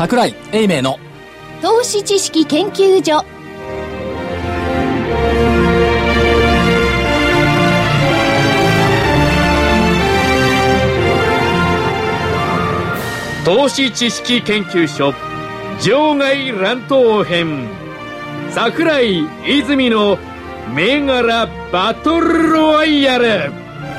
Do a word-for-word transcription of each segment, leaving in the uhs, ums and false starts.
櫻井英明の投資知識研究所。 投資知識研究所場外乱闘編、櫻井泉の銘柄バトルロワイヤル。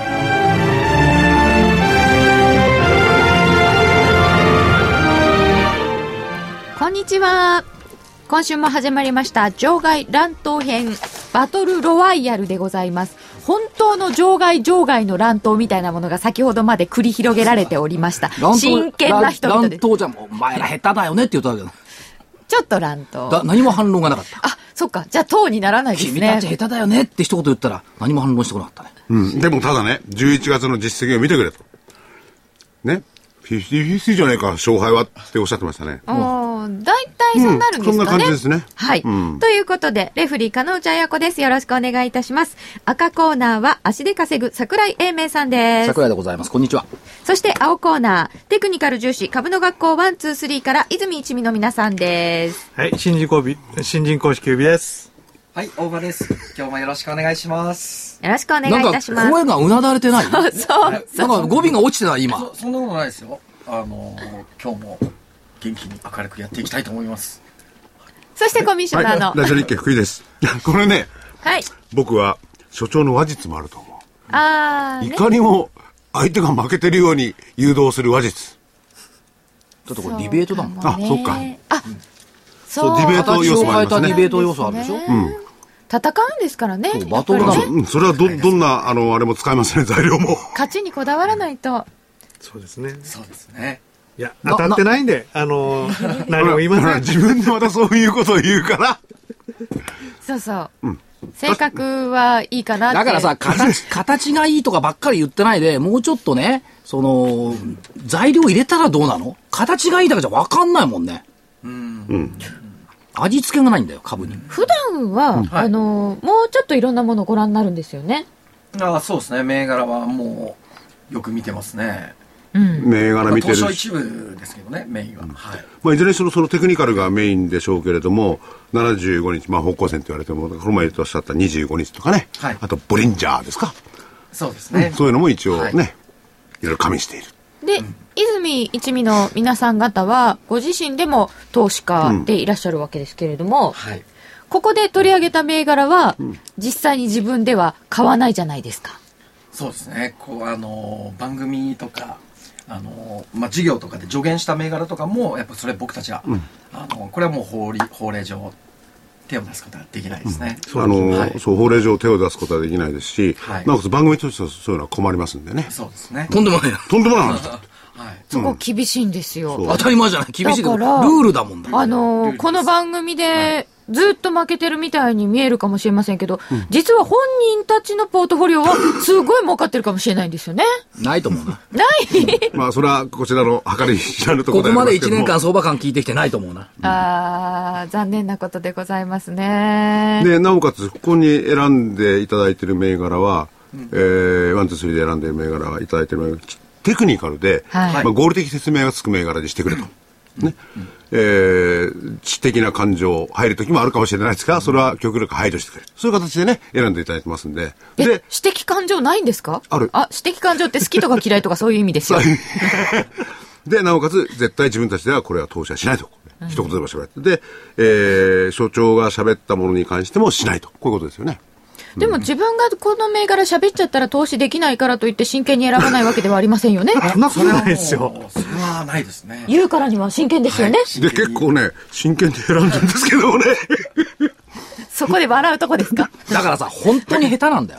こんにちは。今週も始まりました場外乱闘編バトルロワイヤルでございます。本当の場外場外の乱闘みたいなものが先ほどまで繰り広げられておりました。真剣な人々で。 乱闘じゃん、お前ら下手だよねって言ったわけだ。 ちょっと乱闘だ、何も反論がなかった。 あ、そっか。じゃあ党にならないですね。 君たち下手だよねって一言言ったら何も反論してこなかったね。 うん、でもただね、じゅういちがつの実績を見てくれとね、フィフティフィフティじゃないか勝敗はっておっしゃってましたね。 おー、大体そうなるんですかね、うん、 そんな感じですね。 はい、うん、ということでレフリー金内彩子です。よろしくお願いいたします。赤コーナーは足で稼ぐ櫻井英明さんです。 櫻井でございます。こんにちは。 そして青コーナーテクニカル重視株の学校ワンツースリーから泉一味の皆さんです。 はい、新人講師新人講師キュービです。 はい、大場です。今日もよろしくお願いします。 よろしくお願いいたします。 なんか声がうなだれてない？ そうそう。なんか語尾が落ちてない今。 そ, そんなことないですよ。あの今日も元気に明るくやっていきたいと思います。 そしてコミッショナーの、 はい、ラジオ日経福井です。これね、 はい、 僕は所長の話術もあると思う。 あー、ね、 いかにも相手が負けてるように誘導する話術。 ちょっとこれディベートだもん。 あ、そっか。 あ、 そう、ディベート要素もありますね。 ディベート要素あるでしょ。うん。 戦うんですからね。 バトルだもん。 うん、それはどどんなあのあれも使えますね、材料も。 勝ちにこだわらないと。 そうですね。 そうですね。 いや、当たってないんで、あのー、何も言いません。 自分でまたそういうことを言うから。 そうそう。うん、性格はいいかなって。 だからさ、形、形がいいとかばっかり言ってないで、もうちょっとね、その、材料入れたらどうなの？形がいいだけじゃ分かんないもんね。うん。うん。味付けがないんだよ、株に。 普段は、うん、あの、もうちょっといろんなものをご覧になるんですよね。 ああ、そうですね。銘柄はもう、よく見てますね。 うん、 銘柄見てる、 まあ、東証一部ですけどね、メインは、うん、はい。 まあ、いずれにしろそのテクニカルがメインでしょうけれども、ななじゅうごにち、まあ、方向線と言われても、この前おっしゃったにじゅうごにちとかね、はい、あとボリンジャーですか。 そうですね、 うん、そういうのも一応ね、はい、いろいろ加味している。 で、うん、泉一味の皆さん方はご自身でも投資家でいらっしゃるわけですけれども、うん、はい、ここで取り上げた銘柄は、うん、実際に自分では買わないじゃないですか。 そうですね。こうあの番組とかあの、まあ、事業とかで助言した銘柄とかもやっぱそれ僕たちは、うん、あのこれはもう法律法令上手を出すことはできないですね。 うん、あの、はい、そう法令上手を出すことはできないですし、はい、なおかつ番組としてはそういうのは困りますんでね。 そうですね。 とんでもないとんでもない話だ。 はい、 そこ厳しいんですよ。 当たり前じゃない。厳しいだからルールだもんだ。 あのー、この番組でずっと負けてるみたいに見えるかもしれませんけど、うん、実は本人たちのポートフォリオはすごい儲かってるかもしれないんですよね。 ないと思うな。 ないまあそれはこちらの計り知らぬところでありますけども、 ここまでいちねんかん相場感聞いてきてないと思うな。 うん、あー、残念なことでございますね。 でなおかつここに選んでいただいている銘柄は、うん、えー、ワンツースリーで選んでいる銘柄はいただいている銘柄テクニカルで、はい、まあ、合理的説明がつく銘柄にしてくれと、うん、ね、うん、えー、知的な感情入る時もあるかもしれないですが、それは極力排除してくれる、そういう形でね選んでいただいてますんで。 で、知的感情ないんですか？ ある。 あ、知的感情って好きとか嫌いとかそういう意味ですよ。 でなおかつ絶対自分たちではこれは投資はしないと、うん、一言でも喋ってで、えー、所長が喋ったものに関してもしないと、こういうことですよね。 でも自分がこの銘柄喋っちゃったら投資できないからといって真剣に選ばないわけではありませんよね。 そんなことないですよ。 それはないですね。 言うからには真剣ですよね。はい、 で結構ね真剣で選んだんですけどもね。 そこで笑うとこですか？ だからさ、本当に下手なんだよ。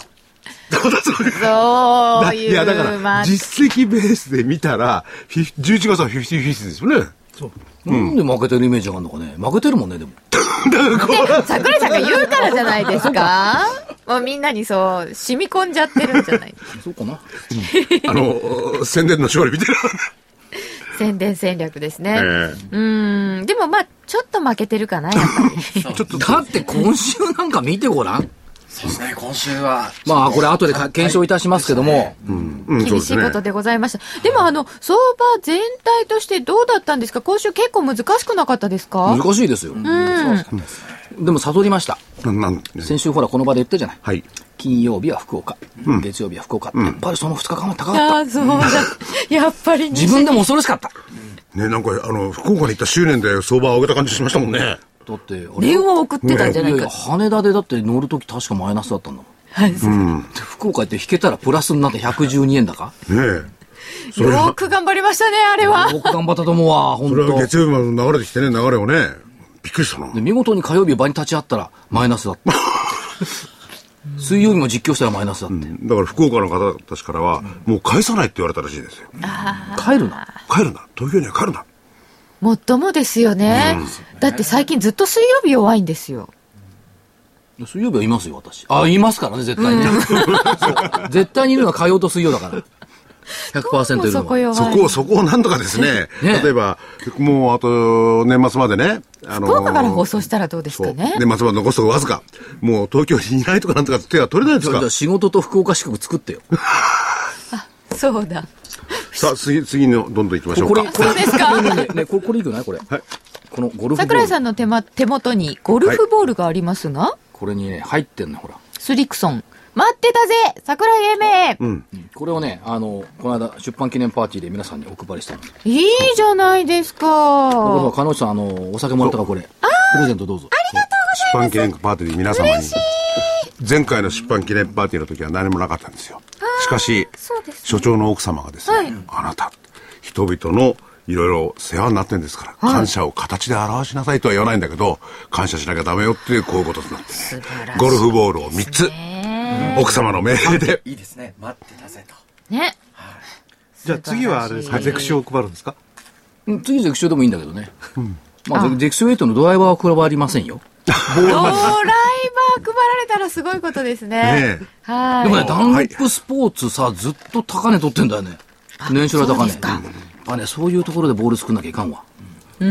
そういう。 いやだから実績ベースで見たらじゅういちがつはフィフティフィフティですよね。 そう。なんで負けてるイメージがあるのかね。負けてるもんね、でも。 桜井さんが言うからじゃないですか。もうみんなにそう染み込んじゃってるんじゃない。 そうかな。 うん、あの宣伝の勝利見てる。 宣伝戦略ですね。えー、うん。でもまあちょっと負けてるかなやっぱり。 ちょっとだって今週なんか見てごらん。 そうですね、今週は。 まあ、これ後で検証いたしますけども。 うんうん、 厳しいことでございました。でも、あの、相場全体としてどうだったんですか？今週結構難しくなかったですか？ 難しいですよ。うん。でも悟りました。 なん先週ほらこの場で言ったじゃない。 はい。 金曜日は福岡、うん、月曜日は福岡、うん、やっぱりそのふつかかんは高かった。 ああ、そうだ。やっぱり自分でも恐ろしかった。 ね、なんかあの福岡に行った執念で相場を上げた感じしましたもんね。だって電話を送ってたんじゃないか。 いやいや羽田でだって乗るとき確かマイナスだったんだもん。はい、うん、福岡行って引けたらプラスになってひゃくじゅうにえんだか。 ねえ。よーく頑張りましたね、あれは。 よく頑張ったと思うわ、本当。 それは月曜日まで流れてきてね、流れをね、びっくりしたな。 で見事に火曜日場に立ち会ったらマイナスだった。水曜日も実況したらマイナスだって、うん、 だから福岡の方たちからは、うん、もう返さないって言われたらしいですよ。 帰るな帰るな東京には帰るな。 もっともですよね、うん、だって最近ずっと水曜日弱いんですよ。 水曜日はいますよ私。あ、いますからね絶対に、うん、絶対にいるのは火曜と水曜だから ひゃくパーセント いるのはそこをそこをなんとかですねね。例えばもうあと年末までね、 あのー、福岡から放送したらどうですかね。 年末まで残すとわずかもう東京にいないとかなんとか手は取れないですか。 じゃあ仕事と福岡支局作ってよ。 あ、そうだ。 さあ次次のどんどん行きましょうか。 これこれそうですか。 ねねねこれこれいくないこれ、はい、このゴルフボール。 桜井さんの手、ま、手元にゴルフボールがありますが、はい、 これにね入ってんのほら。 スリクソン。待ってたぜ桜井英明、 うん、これをねあのこの間出版記念パーティーで皆さんにお配りしたの。 いいじゃないですか。 これ鹿野内さんあのお酒もらったからこれプレゼントどうぞ。 ありがとうございます。 出版記念パーティーで皆様に前回の出版記念パーティーの時は何もなかったんですよ。しかし、ね、所長の奥様がですね、はい、あなた人々のいろいろ世話になってるんですから、はい、感謝を形で表しなさいとは言わないんだけど感謝しなきゃダメよっていうこういうことになって、ね、ゴルフボールをみっつ奥様の命令でいいですね。待ってたぜとね、はい、 じゃあ次はあれですか、ゼクションを配るんですか。 うん、次ゼクションでもいいんだけどね、うん、まあゼクションエイトのドライバーは配りませんよ。 ドライバー配られたらすごいことですね。ねはい。 でもねダンロップスポーツさずっと高値取ってんだよね。年初来高値。そうですか。あねそういうところでボール作んなきゃいかんわ。 うん。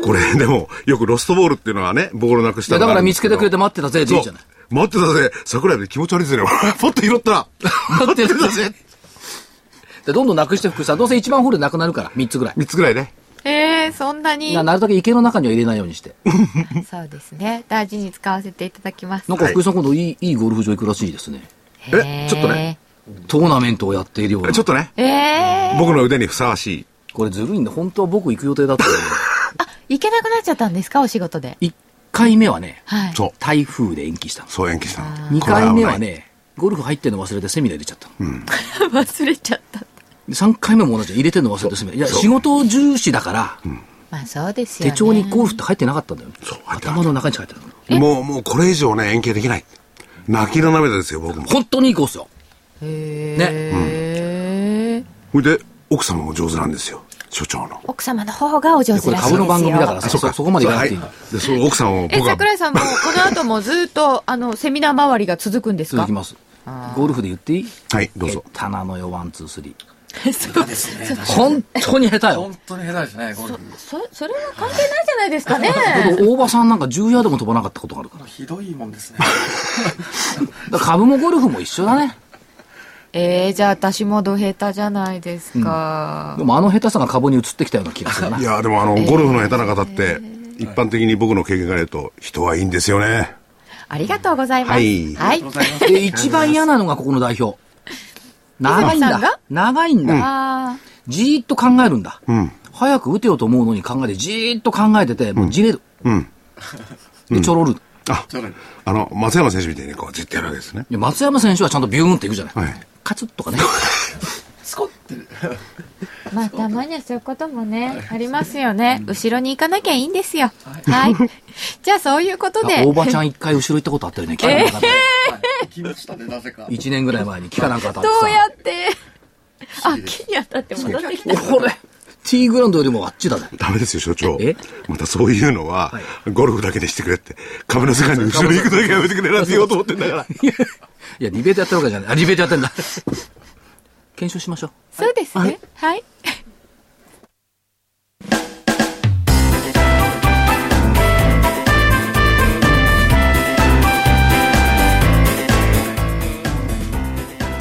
これでもよくロストボールっていうのはねボールなくしたらだから見つけてくれて待ってたぜでいいじゃない。 待ってたぜ桜井で気持ち悪いですよ。ポッと拾ったら待ってたぜでどんどんなくして福さんどうせいちばんホールでなくなるからみっつぐらいみっつぐらいね。 えー、そんなにな, なるだけ池の中には入れないようにしてそうですね大事に使わせていただきます。 なんか福井さん今度いい、いいゴルフ場行くらしいですね。 えちょっとねトーナメントをやっているようなちょっとね、 えー、 僕の腕にふさわしい。 これずるいんだ本当は僕行く予定だったのにあ行けなくなっちゃったんですかお仕事で。 いっかいめはね、 はい、 そう台風で延期したの。 そう延期したの。 にかいめはねゴルフ入ってるの忘れてセミナー入れちゃったの、うん、 忘れちゃったさんかいめも同じ入れてるの忘れてセミナー。いや仕事重視だから、うん、 まあそうですよね。 手帳にゴルフって入ってなかったんだよ。そう頭の中に入ってた。もうもうこれ以上ね延期できない。泣きの涙ですよ僕も。 本当にいいコースよ。 へえ。 ね。それで奥様も上手なんですよ所長の。 奥様の方がお上手らしいですよ。 これ株の番組だから そ, そ, そこまでいかなくていいの、はい、 でその奥さんを僕はえ桜井さんもこの後もずっとあのセミナー周りが続くんですか。 続きます。ゴルフで言っていい。 はいどうぞ。 棚のよワンツースリーそうですね。 本当に下手よ。 本当に下手ですね。ゴルフ。 そ、そ、それは関係ないじゃないですかね。 大場さんなんかじゅうヤードも飛ばなかったことがあるから。 ひどいもんですね。 だから株もゴルフも一緒だね。 えー、じゃあ私もド下手じゃないですか、 うん、でもあの下手さが株に移ってきたような気がするな。 いやでもあの、えー、ゴルフの下手な方って一般的に僕の経験から言うと人はいいんですよね。 ありがとうございます。はい。 はい、で一番嫌なのがここの代表。長いんだ。長いんだ。うん、じーっと考えるんだ、うん。早く打てよと思うのに考えてじーっと考えててもうじれる。うん。でちょろる。 あ、あの松山選手みたいにこうじってやるわけですね。 いや松山選手はちゃんとビューンっていくじゃない。はい、カツッとかね。 スコッて。 まあたまにはそういうこともねありますよね。後ろに行かなきゃいいんですよ。はい。はい、じゃあそういうことで。 大場ちゃん一回後ろ行ったことあったよね。えー行きましたねなぜか。 いちねんぐらい前に木かなんか当たってさ。どうやって。あ木に当たって戻ってきた。 これティーグラウンドよりもあっちだね。 ダメですよ所長。えまたそういうのは、はい、ゴルフだけでしてくれって株の世界に後ろに行くだけやめてくれなんて言おうと思ってんだから。いやリベートやってるわけじゃない。あリベートやってんだ。検証しましょう。 そうですね。はい、はい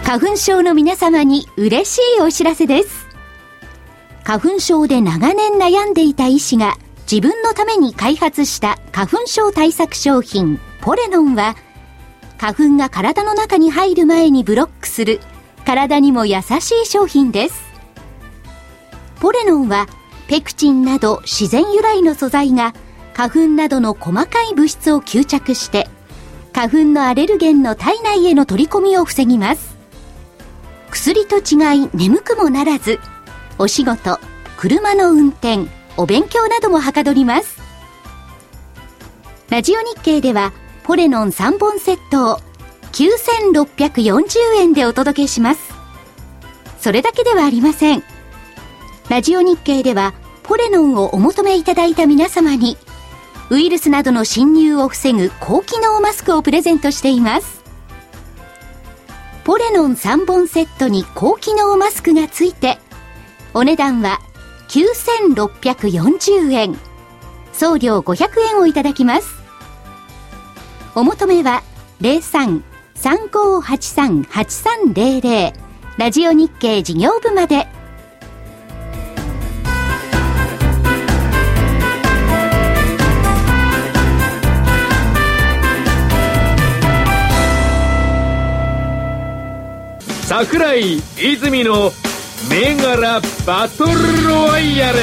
花粉症の皆様に嬉しいお知らせです。花粉症で長年悩んでいた医師が自分のために開発した花粉症対策商品ポレノンは、花粉が体の中に入る前にブロックする体にも優しい商品です。ポレノンはペクチンなど自然由来の素材が花粉などの細かい物質を吸着して花粉のアレルゲンの体内への取り込みを防ぎます。薬と違い眠くもならず、お仕事、車の運転、お勉強などもはかどります。ラジオ日経ではポレノンさんぼんセットをきゅうせんろっぴゃくよんじゅうえんでお届けします。それだけではありません。ラジオ日経ではポレノンをお求めいただいた皆様にウイルスなどの侵入を防ぐ高機能マスクをプレゼントしています。ポレノンさんぼんセットに高機能マスクがついてお値段はきゅうせんろっぴゃくよんじゅうえん、送料ごひゃくえんをいただきます。お求めは ゼロさん さんごはちさん はちさんゼロゼロ ラジオ日経事業部まで。 桜井泉の銘柄バトルロワイヤル。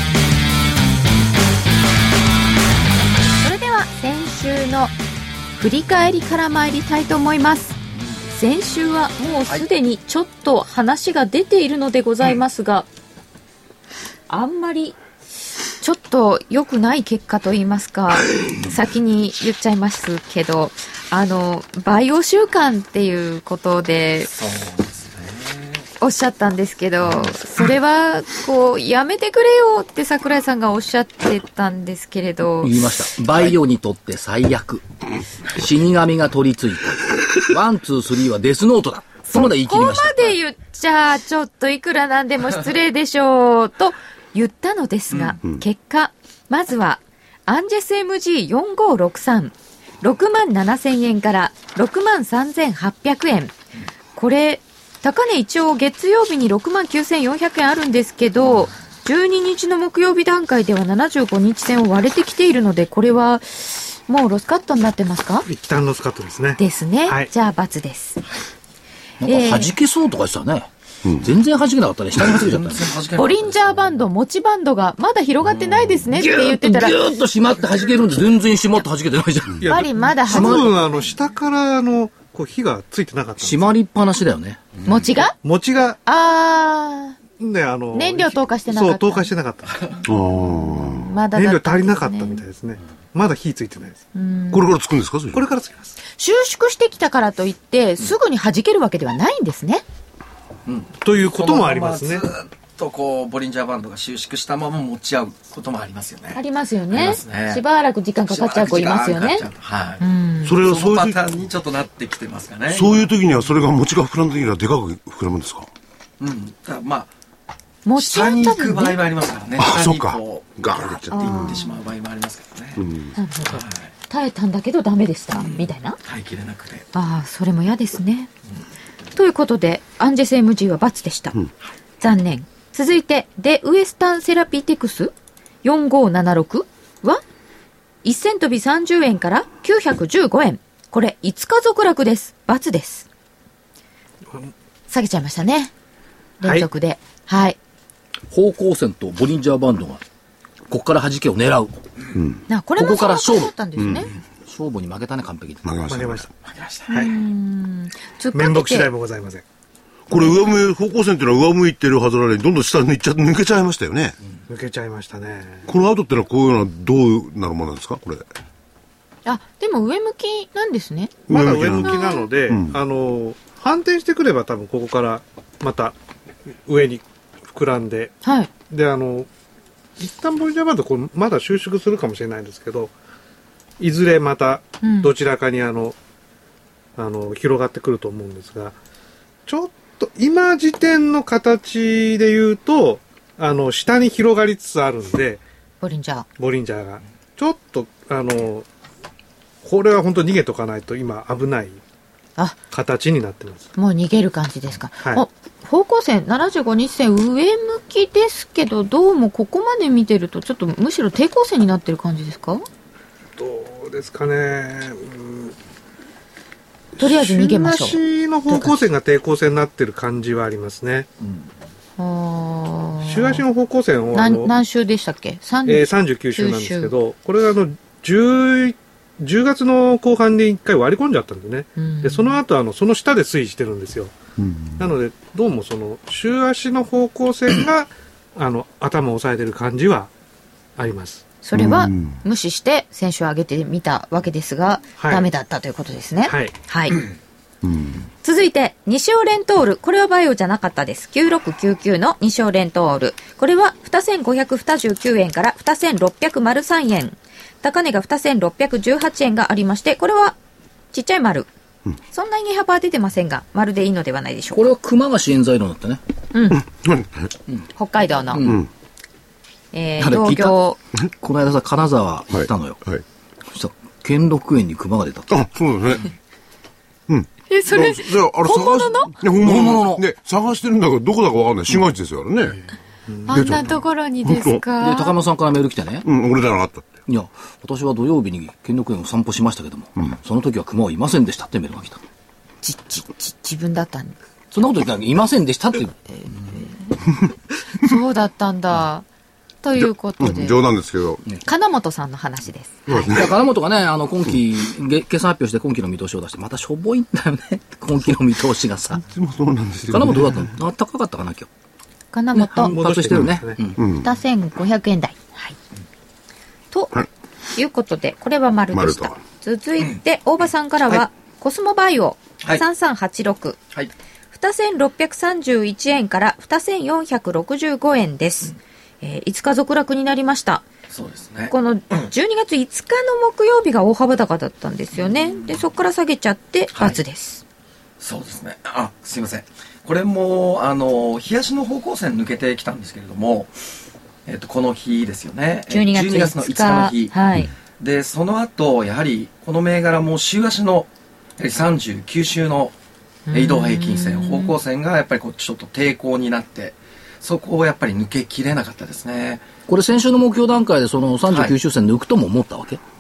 それでは先週の振り返りから参りたいと思います。先週はもうすでにちょっと話が出ているのでございますが、あんまりちょっと良くない結果といいますか、先に言っちゃいますけど、あのバイオ習慣っていうことでおっしゃったんですけど、それはこうやめてくれよって桜井さんがおっしゃってたんですけれど、 言いました。バイオにとって最悪、死神が取り付いてワンツースリーはデスノートだとまで言い切りました。 ここまで言っちゃちょっといくらなんでも失礼でしょうと言ったのですが、うんうん、結果まずはアンジェス エムジーよんごろくさん ろくまんななせんえんからろくまんさんぜんはっぴゃくえん、これ高値一応月曜日にろくまんきゅうせんよんひゃくえんあるんですけど、じゅうににちの木曜日段階ではななじゅうごにち線を割れてきているので、これはもうロスカットになってますか？ 一旦ロスカットですね。 ですね、はい、じゃあ×です。 なんか弾けそうとかしたね、えー、全然弾けなかったね。下に弾けちゃったね。 ボリンジャーバンド、持ちバンドがまだ広がってないですねって言ってたら、 ギューッと締まって弾けるんです。全然締まって弾けてないじゃん。 やっぱりまだ弾けてない。あの下からあのこう火がついてなかった。 締まりっぱなしだよね。 餅が餅があーであの燃料投下してなかった。 そう投下してなかったまだだったんですね。 燃料足りなかったみたいですね。まだ火ついてないです。 これからつくんですか？それこれからつきます。 収縮してきたからといってすぐに弾けるわけではないんですね、 うん、ということもありますね。 ずっとこうボリンジャーバンドが収縮したまま持ち合うこともありますよね。 ありますよ ね, ねしばらく時間かかっちゃう子いますよね。 はい、 うん、それはそういうパターンにちょっとなってきてますかね。 そういう時にはそれが餅が膨らんだ時にはでかく膨らむんですか？ うんだまあ下に行く場合もありますからね。 あ、 下にこうガーッと行ってしまう場合もありますからね、うん、 なるほど、はい、耐えたんだけどダメでした、うん、みたいな。 耐えきれなくて、 ああそれも嫌ですね、うん、ということでアンジェス エムジー は×でした、うん、残念。続いてデウエスタンセラピテクスよんごーななろくはいっせん飛びさんじゅうえんからきゅうひゃくじゅうごえん、これいつか続落です。×です。下げちゃいましたね、連続で。はい、はい、 方向線とボリンジャーバンドがここから弾けを狙う、うん、 なこれもそうだったんですね。 うん、勝負に負けたね。完璧で負けました負けました負けました。はい、 面目次第もございません。 これ上向い方向線っていうのは上向いてるはずなのにどんどん下に抜いちゃ抜けちゃいましたよね、 うん、抜けちゃいましたね。 この後ってのはこういうのはどうなるものなんですか？これあでも上向きなんですね。 まだ上向きなので、うん、あの反転してくれば多分ここからまた上に膨らんで、 はい、 であの一旦ボリンジャーバンドこれまだ収縮するかもしれないんですけど、いずれまたどちらかにあの、うん、あの広がってくると思うんですが、ちょっと今時点の形で言うとあの下に広がりつつあるんで、 ボリンジャーボリンジャーがちょっとあのこれは本当逃げとかないと今危ない形になってます。 もう逃げる感じですか。 はい、 お方向線ななじゅうごにち線上向きですけど、どうもここまで見てるとちょっとむしろ抵抗線になってる感じですか。 どうですかね、うん、 とりあえず逃げましょう。 週足の方向線が抵抗線になってる感じはありますね。 うん、 週足の方向線を何, 何週でしたっけ。 さんじゅう、えー、さんじゅうきゅう週なんですけど、これがあの 10, 10月の後半でいっかい割り込んじゃったんでね、うん、でその後あのその下で推移してるんですよ。うん、なのでどうもその週足の方向線があの頭を押さえてる感じはあります。 それは無視して先週上げてみたわけですが、はい、ダメだったということですね。 はい、 はいうん、続いて西尾レントール、これはバイオじゃなかったです。きゅうろくきゅうきゅうの西尾レントール、これはにせんごひゃくにじゅうきゅうえんからにせんろっぴゃくさんえん、高値がにせんろっぴゃくじゅうはちえんがありまして、これはちっちゃい丸、うん、そんなに値幅は出てませんが丸でいいのではないでしょうか。 これは熊が支援材料だったね、 うんうん、北海道の、うんえー、同業この間さ金沢行ったのよ、はいはい、そしたら兼六園に熊が出た。 あ、そうだねうんえ、それ、本物の本物の。で、探してるんだけど、どこだかわかんない。市街地ですよね。 あんなところにですか。 で、高山さんからメール来てね。 うん、俺じゃなかったって。 いや、私は土曜日に兼六園を散歩しましたけども、うん、その時は熊はいませんでしたってメールが来た。 ち、ち、ち、自分だったんだ。 そんなこと言ったらいませんでしたって。えー、そうだったんだ。ということで、 うん、冗談ですけど、 ね、金本さんの話です。 はい、いや金本がね、あの今期決算発表して今期の見通しを出して、またしょぼいんだよね。今期の見通しがさ。 いつもそうなんですよ、ね。 金本どうだったの？高かったかな今日。 金本反発してるね。 うん、にせんごひゃくえん台。はい。と、はい、いうことでこれは丸でした。続いて大場さんからは、はい、コスモバイオさんさんはちろく、はい、にせんろっぴゃくさんじゅういちえんからにせんよんひゃくろくじゅうごえんです。うんえー、いつか続落になりました。 そうですね。 このじゅうにがついつかの木曜日が大幅高だったんですよね。でそこから下げちゃって×です、 はい、そうですね。あ、すいません。これもあの日足の方向線抜けてきたんですけれども、えー、とこの日ですよね。 じゅうにがついつか、 じゅうにがつのいつかの日、 はい、 でその後やはりこの銘柄も週足のやはりさんじゅうきゅう週の移動平均線方向線がやっぱりこうちょっと抵抗になって、そこをやっぱり抜けきれなかったですね。 これ先週の目標段階でそのさんじゅうきゅう週線抜くとも思ったわけ、はい、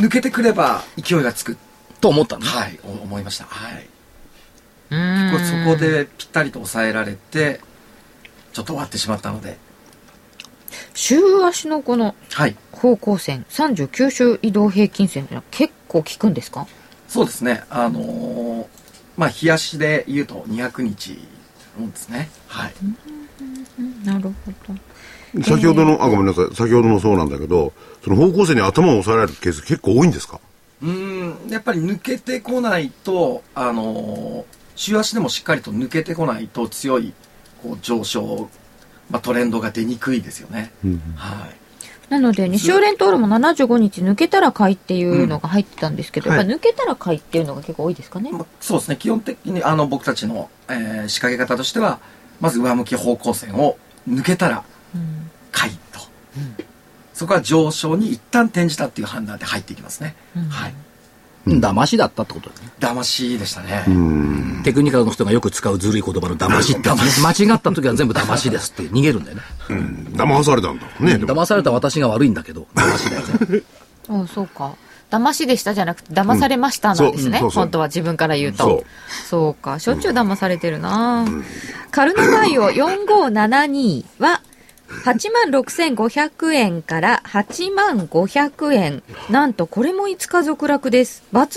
抜けてくれば勢いがつくと思ったの。 はい、思いました。はい。うーん、そこでぴったりと抑えられてちょっと終わってしまったので、 週足のこの方向線、はい、さんじゅうきゅう週移動平均線ってのは結構効くんですか？ そうですね。あのー、まあ日足でいうとにひゃくにちなんですね。はい。 なるほど。 先ほどの、えー、あごめんなさい、先ほどもそうなんだけど、その方向性に頭を押さえられるケース結構多いんですか？ うーん、やっぱり抜けてこないと、あのー、週足でもしっかりと抜けてこないと強いこう上昇、まあ、トレンドが出にくいですよね、うん、はい。 なので西尾レントールもななじゅうごにち抜けたら買いっていうのが入ってたんですけど、うん、やっぱ抜けたら買いっていうのが結構多いですかね、 まあ、そうですね。基本的にあの僕たちの、えー、仕掛け方としてはまず上向き方向線を抜けたら買いと、うん、そこは上昇に一旦転じたっていう判断で入っていきますね、うん、はい。 騙しだったってことだね。 騙しでしたね。 うんテクニカルの人がよく使うずるい言葉の騙しってやつね。間違った時は全部騙しですって逃げるんだよね。 うん、騙されたんだね。 うん、騙された私が悪いんだけど騙しだよね。 ああそうか。騙しでしたじゃなくて騙されましたなんですね、うん、そうそう本当は自分から言うと。そうそうか、しょっちゅう騙されてるな、うん、カルナバイオよんごーななにははちまんろくせんごひゃくえんからはちまんごひゃくえん、なんとこれもいつか続落です。×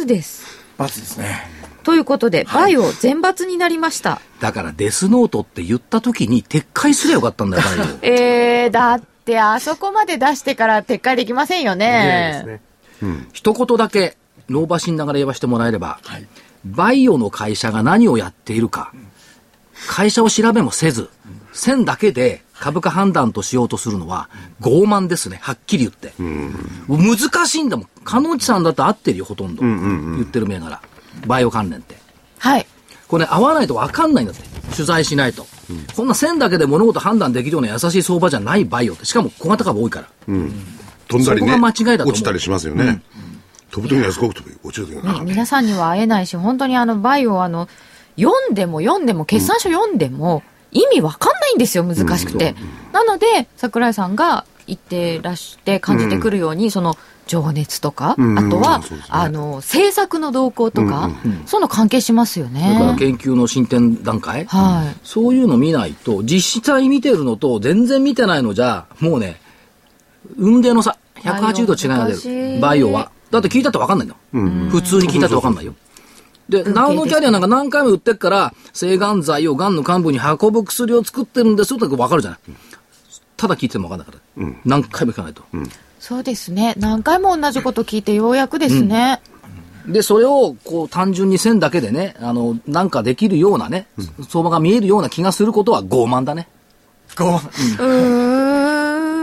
です。 ×ですね。 ということでバイオ全×になりました、はい、 だからデスノートって言った時に撤回すればよかったんだよバイオえー、だってあそこまで出してから撤回できませんよね。 ですね、 うん、一言だけ老婆心ながら言わせてもらえれば、はい、バイオの会社が何をやっているか、うん、会社を調べもせず、うん、線だけで株価判断としようとするのは傲慢ですね、はっきり言って、うん、難しいんだもん。鹿野内さんだって合ってるよほとんど、うんうんうん、言ってる銘柄バイオ関連って、 はい、 これ、ね、合わないと分かんないんだって、取材しないと、うん、こんな線だけで物事判断できるような優しい相場じゃないバイオって、しかも小型株多いから、うん、 飛んだりね、 そこが間違いだと思う。 落ちたりしますよね、 飛ぶ時にはすごく飛ぶ、落ちる時には、 ね、皆さんには会えないし、本当にあのバイオあの読んでも読んでも決算書読んでも意味わかんないんですよ、難しくて、うんうん、なので櫻井さんが言ってらして感じてくるように、うん、その情熱とか、うんうん、あとは、うんね、あの政策の動向とか、うんうん、そういうの関係しますよね。 だから研究の進展段階、はい、そういうの見ないと、実際見てるのと全然見てないのじゃもうね、運命の差ひゃくはちじゅうど違いが出る。バイオはだって聞いたって分かんないんだよ、うん、普通に聞いたって分かんないよ。で、ナオノキャリアなんか何回も売ってっから、性がん剤をがんの幹部に運ぶ薬を作ってるんですよって分かるじゃない。ただ聞いても分かんないから、うん、何回も聞かないと、うん、そうですね。何回も同じこと聞いてようやくですね、うん、でそれをこう単純に線だけでね、あのなんかできるようなね、うん、相場が見えるような気がすることは傲慢だね。 傲慢、うん、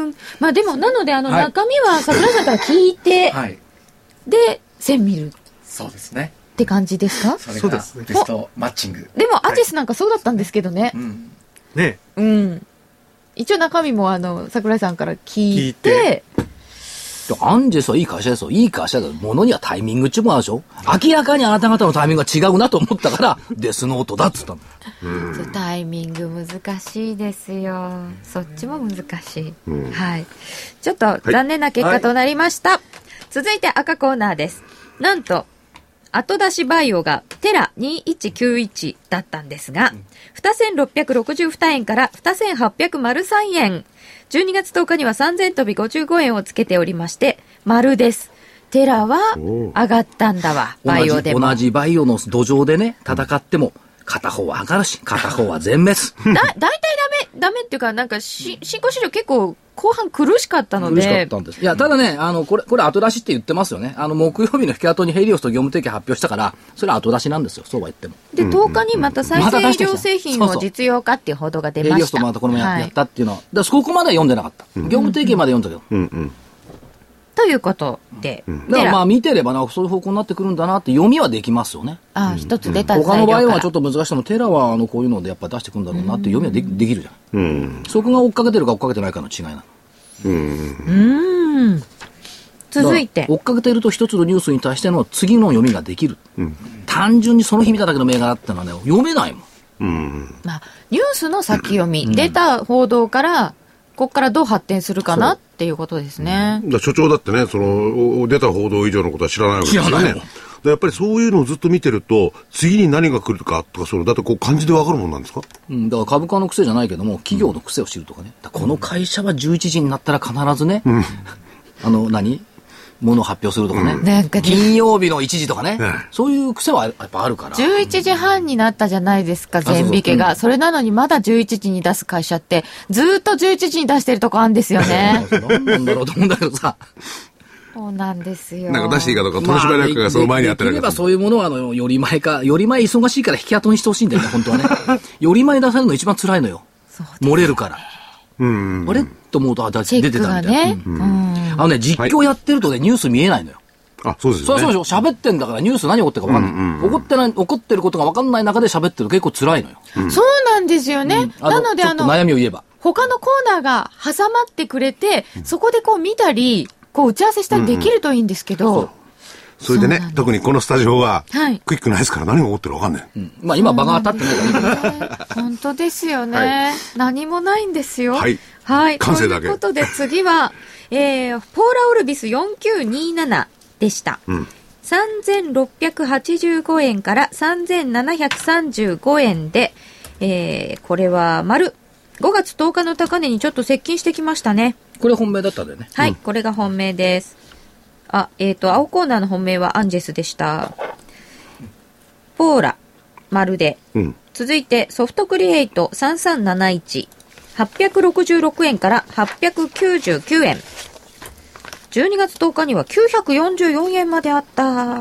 うーん、まあでもなのであの中身は櫻井さんから聞いて、はい、で線見る、 そうですねって感じですか。 それがベストマッチング。 でもアジェスなんかそうだったんですけどね、 はい、うん、ね、 うん、一応中身もあの櫻井さんから聞いて、 アンジェスはいい会社ですよ。いい会社だけど、物にはタイミングっちゅうもあるでしょ。明らかにあなた方のタイミングが違うなと思ったからデスノートだっつったの。 うん、タイミング難しいですよ。そっちも難しい、うん、はい。ちょっと残念な結果となりました、はい、続いて赤コーナーです。なんと後出しバイオがテラにせんひゃくきゅうじゅういちだったんですが、うん、にせんろっぴゃくろくじゅうにえんからにせんはっぴゃくさんえん、じゅうにがつとおかにはさんぜん飛びごじゅうごえんをつけておりまして、丸です。テラは上がったんだわ。バイオでも同じ、同じバイオの土壌でね戦っても、片方は上がるし片方は全滅だ、だいたいダメダメっていうか、なんかし新興市場結構後半苦しかったので。苦しかったんです。 いや、ただね、あの、これ、これ後出しって言ってますよね。あの、木曜日の引き後にヘリオスと業務提携発表したから、それは後出しなんですよ、そうは言っても。 で、とおかにまた再生医療製品を実用化っていう報道が出ました。 ヘリオスとまたこの前やったっていうのは、だからここまでは読んでなかった。うん、業務提携まで読んだけど。うんうん、 ということで。 うん、だからまあ見てればな、そういう方向になってくるんだなって読みはできますよね。 ああ、一つ出た材料から。他の場合はちょっと難しいの、テラはあのこういうのでやっぱ出してくるんだろうなって読みはで、できるじゃん。うん、そこが追っかけてるか追っかけてないかの違いなの。 うんうん続いて追っかけてると一つのニュースに対しての次の読みができる、うん、単純にその日見ただけの銘柄ってのはね読めないもん、うんまあ、ニュースの先読み、うん、出た報道からここからどう発展するかなっていうことですね、 うん、だ所長だってねその出た報道以上のことは知らないわけですよね。やっぱりそういうのをずっと見てると次に何が来るかとかそのだってこう感じで分かるもんなんですか、 うん、だから株価の癖じゃないけども企業の癖を知るとかね、だからこの会社はじゅういちじになったら必ずね、うん、あの何ものを発表するとかね、うん、なんか金曜日のいちじとかね、うん、そういう癖はやっぱあるから。 じゅういちじはんになったじゃないですか全引けが、うん、それなのにまだじゅういちじに出す会社ってずっとじゅういちじに出してるとこあるんですよね何なんだろうと思うんだけどさそうなんですよ。 なんか出していいかとか、取締役がその前にやってるわけです。できればそういうものは、あの、より前か、より前忙しいから引き後にしてほしいんだよね、本当はね。より前出されるの一番辛いのよ。そうですね、漏れるから。うん。あれと思うと、あ、出てたみたいな。ね、うんうん、あのね、実況やってるとね、ニュース見えないのよ。 あ、そうですよね。 そうそうそう、喋ってんだからニュース何起こってるか分かんない。うんうんうん、起こってない、起こってることが分かんない中で喋ってると結構辛いのよ。 うん、そうなんですよね。うん、なので、あの、 悩みを言えば。 他のコーナーが挟まってくれて、そこでこう見たり、こう打ち合わせしたりできるといいんですけど、うんうん、 そ, それでね特にこのスタジオは、はい、クイックないですから何が起こってるか分かんない、うん、 まあ今場が当たってないからね本当ですよね、はい、何もないんですよ。 はい、 はい、 完成だけということで次は、えー、ポーラオルビスよんきゅうにななでした、うん、さんぜんろっぴゃくはちじゅうごえんからさんぜんななひゃくさんじゅうごえんで、えー、これは丸ごがつとおかの高値にちょっと接近してきましたね。 これ本命だったんだよね。 はい、うん、これが本命です。あ、えっと、青コーナーの本命はアンジェスでした。ポーラ、丸で。うん、続いて、ソフトクリエイトさんさんなないち。はっぴゃくろくじゅうろくえんからはっぴゃくきゅうじゅうきゅうえん。じゅうにがつとおかにはきゅうひゃくよんじゅうよんえんまであった。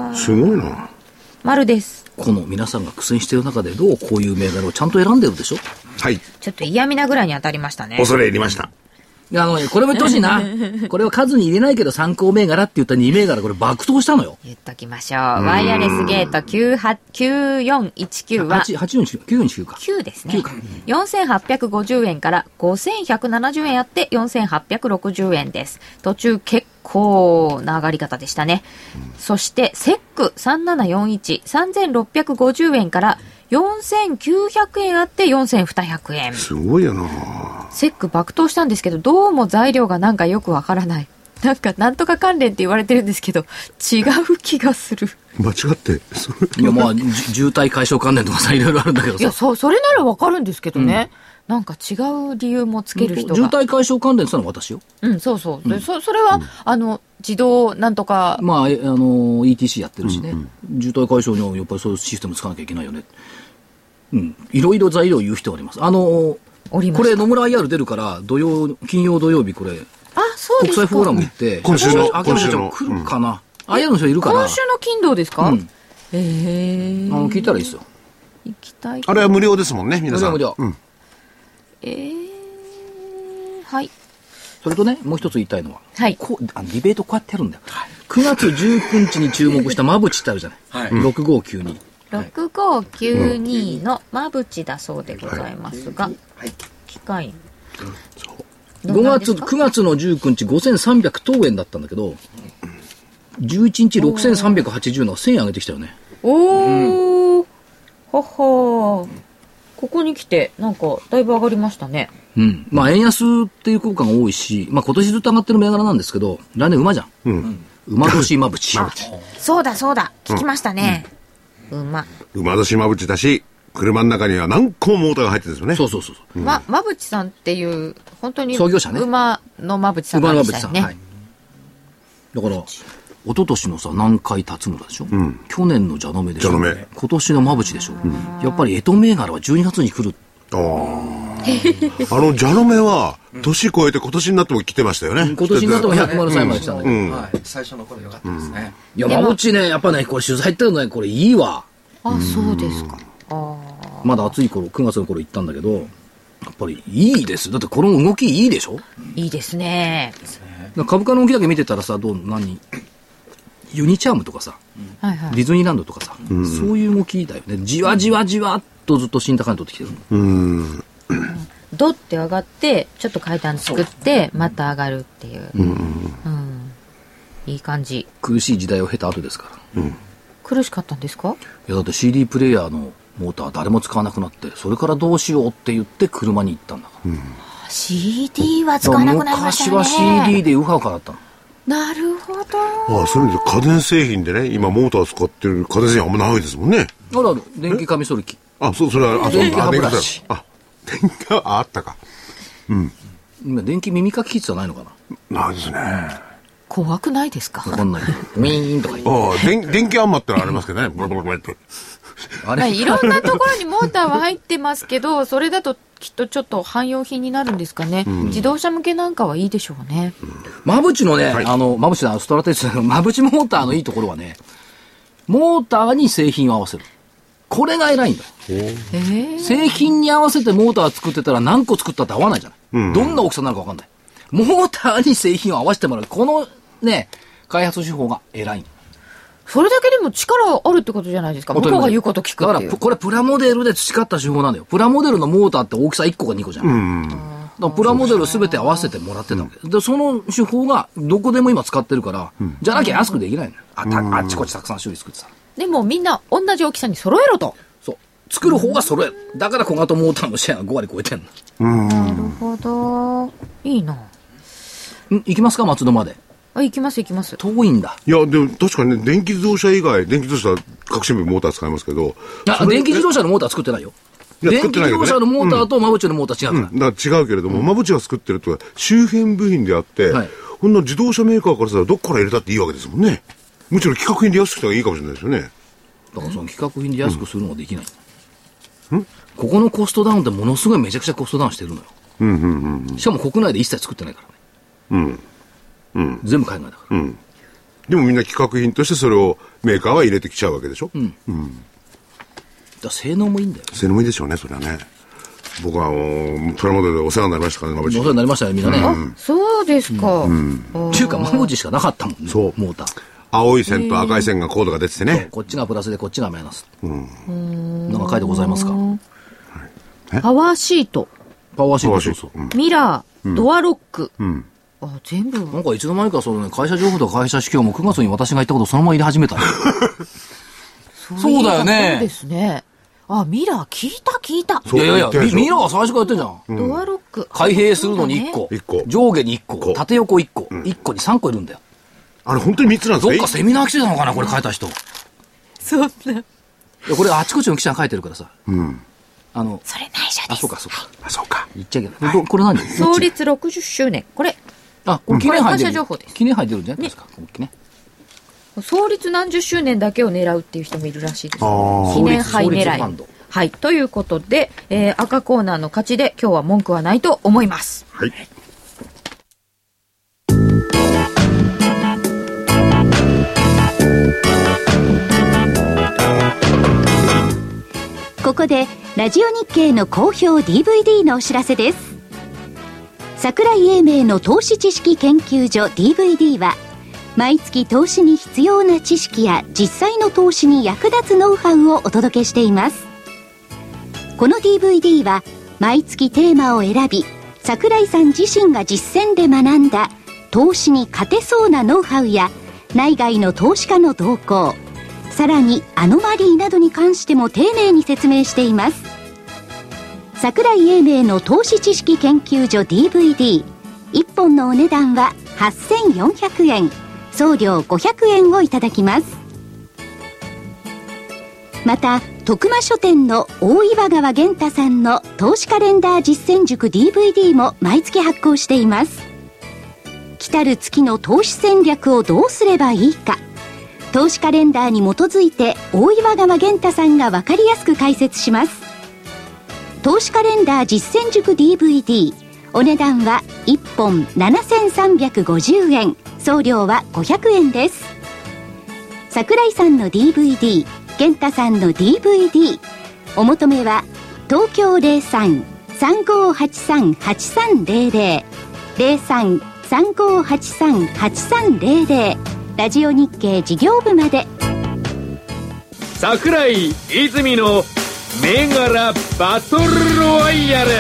すごいな。 丸です。 この皆さんが苦戦している中でどうこういう銘柄をちゃんと選んでるでしょ。 はい。 ちょっと嫌味なぐらいに当たりましたね。 恐れ入りました。 あのね、これも言ってほしいな。これは数に入れないけど参考銘柄って言ったに銘柄、これ爆投したのよ。 言っときましょう。ワイヤレスゲートきゅうよんいちきゅうははちよんいちきゅうか。 きゅうですね。よんせんはっぴゃくごじゅうえんからごせんひゃくななじゅうえんあってよんせんはっぴゃくろくじゅうえんです。途中結構な上がり方でしたね。そしてセックさんななよんいち、さんぜんろっぴゃくごじゅうえんからよんせんきゅうひゃくえんあってよんせんにひゃくえん。 すごいよな。 セック爆投したんですけど、どうも材料がなんかよくわからない。なんかなんとか関連って言われてるんですけど、違う気がする。 間違っていやまあ渋滞解消関連とかさ、いろいろあるんだけどさ。 いや、そそれならわかるんですけどね、うん、なんか違う理由もつける人が。 渋滞解消関連ってのは私よ。 うんそうそう、うん、そ, それは、うん、あの自動なんとか、 まあ、あの イーティーシー やってるしね、うんうん、渋滞解消にはやっぱりそういうシステム使わなきゃいけないよね。うん、いろいろ材料を言う人があります。あのこれ野村 アイアール 出るから土曜金曜土曜日これあそうですか、 国際フォーラム行って今週の今週の来るかな、うん、アイアール の人いるから今週の金土ですか、うん、 えー、あの聞いたらいいですよ。 行きたい。 あれは無料ですもんね皆さん。 無料無料、 うん、 えー、はいそれとねもう一つ言いたいのは、 はい、 こうあのディベートこうやってやるんだよ、はい、くがつじゅうくにちに注目した馬淵ってあるじゃない、はい、ろくごきゅうにろくごきゅうにの馬淵だそうでございますが、はいはい、機械ごがつくがつのじゅうくにちごせんさんびゃくとうえんだったんだけどじゅういちにちろくせんさんびゃくはちじゅうのせんえん上げてきたよね。 おー、うん、ははここに来てなんかだいぶ上がりましたね。 うん、まあ円安っていう効果が多いし、まあ今年ずっと上がってる銘柄なんですけど来年馬じゃん、うん、馬年馬淵そうだそうだ聞きましたね、うん、馬馬年馬淵だし車の中には何個もモーターが入ってるんですよね。 そうそうそうそう、 うん、ま、馬淵さんっていう本当に創業者ね、 馬の馬淵さんなんでしたよね。 馬の馬淵さん、はい、だから一昨年のさ南海辰村でしょ、うん、去年の蛇の目でしょ、今年の馬淵でしょ、うん、やっぱり干支銘柄はじゅうにがつに来る。 ああの蛇の目は年越えて今年になっても来てましたよね、 うん、今年になってもひゃくまるさいまで来たんだけど、 うんうんはい、最初の頃良かったですね、 うん、いや馬淵ねやっぱねこれ取材行ったのねこれいいわ。 あそうですか。あまだ暑い頃くがつの頃行ったんだけどやっぱりいいです。だってこの動きいいでしょ。 いいですね。 株価の動きだけ見てたらさどう何ユニチャームとかさ、うんはいはい、ディズニーランドとかさ、うん、そういう動きだよね。じわじわじわっとずっと新高値取ってきてる。うんドって上がってちょっと階段作ってまた上がるっていう、うんうん、いい感じ。 苦しい時代を経た後ですから、うん、 苦しかったんですか。 いやだって シーディー プレイヤーのモーター誰も使わなくなってそれからどうしようって言って車に行ったんだから、うん、 シーディー は使わなくなりましたね。 昔は シーディー でウハウハだったの。 なるほど。 ああそういう意味で家電製品でね今モーター使ってる家電製品あんまないですもんね。 あるある電気カミソリ機。 あそうそれはあ電気歯ブラシ。 あ電気ああったか。うん今電気耳かき機ってはないのかな。ないですね。 怖くないですか。 分かんないミーンとか言ってああ電電気あんまってのありますけどねブラブラブラってあれいろんなところにモーターは入ってますけどそれだときっとちょっと汎用品になるんですかね、うん、自動車向けなんかはいいでしょうね。 馬淵のね、はい、あの馬淵のストラテジーの馬淵モーターのいいところはねモーターに製品を合わせるこれが偉いんだよ、えー、製品に合わせてモーター作ってたら何個作ったって合わないじゃない、うん、どんな大きさになるか分かんない。モーターに製品を合わせてもらうこのね開発手法が偉い。 それだけでも力あるってことじゃないですか。向こうが言うこと聞くっていう。 だからこれプラモデルで培った手法なんだよ。プラモデルのモーターって大きさいっこかにこじゃん、うん、だからプラモデル全て合わせてもらってたわけ、うん、でその手法がどこでも今使ってるから、うん、じゃなきゃ安くできないのよ。 あ, たあっちこっちたくさん種類作ってた。 でもみんな同じ大きさに揃えろと。 そう作る方が揃える。だから小型モーターのシェアがごわり超えてんの。うんなるほどいいな。 ん行きますか松戸まで。 あ行きます行きます。 遠いんだ。 いやでも確かにね電気自動車以外電気自動車革新部モーター使いますけどあ電気自動車のモーター作ってないよ。いや電気自動車のモーターと馬淵のモーター違うから、うん、 だから違うけれども馬淵、うん、が作ってるとは周辺部品であって、はい、こんな自動車メーカーからしたらどっから入れたっていいわけですもんね。むしろ規格品で安くした方がいいかもしれないですよね。 だからその規格品で安くするのができない、うん、ここのコストダウンってものすごいめちゃくちゃコストダウンしてるのよ、うんうんうんうん、しかも国内で一切作ってないからね、うんうん、全部海外だから、うん、 でもみんな規格品としてそれをメーカーは入れてきちゃうわけでしょ、うんうん、 だ性能もいいんだよ、ね、 性能もいいでしょうねそれはね。 僕はもうプラモデルでお世話になりましたからね、馬淵。 お世話になりましたね、みんなね。 あ、そうですか。 っていうか、馬淵しかなかったもんね、 そうモーター。 青い線と赤い線がコードが出ててね。 こっちがプラスでこっちがマイナス。うん。なんか書いてございますか。 パワーシート。 パワーシート、そうそう。 ミラー、ドアロック。あ、全部。 なんかいつの間にかそのね、会社情報とか会社指標もくがつに私が言ったことそのまま入れ始めた。そうだよね。 そうですね。あ、ミラー聞いた聞いた。 いやいやいや、ミ, ミラーは最初からやってんじゃん。 うん、ドアロック。 開閉するのにいっこ。 いっこ。 上下にいっこ。縦横いっこ。うん、いっこにさんこいるんだよ。 あれ本当にみっつなんですか？ どっかセミナー来てたのかなこれ書いた人。 そんな。いや、これあちこちの記者が書いてるからさ。 うん。 あの、それ内緒です。 あ、そうかそうか。 あ、そうか。 言っちゃいけない。はい、これ何？ 創立ろくじゅっしゅうねん。これ。 あ、これ記念杯出る。 会社情報です。 記念杯出るんじゃないですか。ね、ね。 創立何十周年だけを狙うっていう人もいるらしいです。記念杯狙い。はい。ということで、えー、赤コーナーの勝ちで今日は文句はないと思います。 はい。 ここでラジオ日経の好評 ディーブイディー のお知らせです。桜井英明の投資知識研究所 ディーブイディー は毎月投資に必要な知識や実際の投資に役立つノウハウをお届けしています。この ディーブイディー は毎月テーマを選び、桜井さん自身が実践で学んだ投資に勝てそうなノウハウや内外の投資家の動向、さらにアノマリーなどに関しても丁寧に説明しています。桜井英明の投資知識研究所 ディーブイディー、 いっぽんのお値段ははっせんよんひゃくえん、送料ごひゃくえんをいただきます。また徳間書店の大岩川源太さんの投資カレンダー実践塾 ディーブイディー も毎月発行しています。来たる月の投資戦略をどうすればいいか、投資カレンダーに基づいて大岩川源太さんが分かりやすく解説します。投資カレンダー実践塾 ディーブイディー、 お値段はいっぽんななせんさんびゃくごじゅうえん、送料はごひゃくえんです。桜井さんの ディーブイディー、 源太さんの ディーブイディー、 お求めは東京 ゼロさん さんごーはちさん はちさんゼロゼロ ゼロさん さんごーはちさん はちさんゼロゼロ、ラジオ日経事業部まで。 桜井泉の銘柄バトルロワイヤル。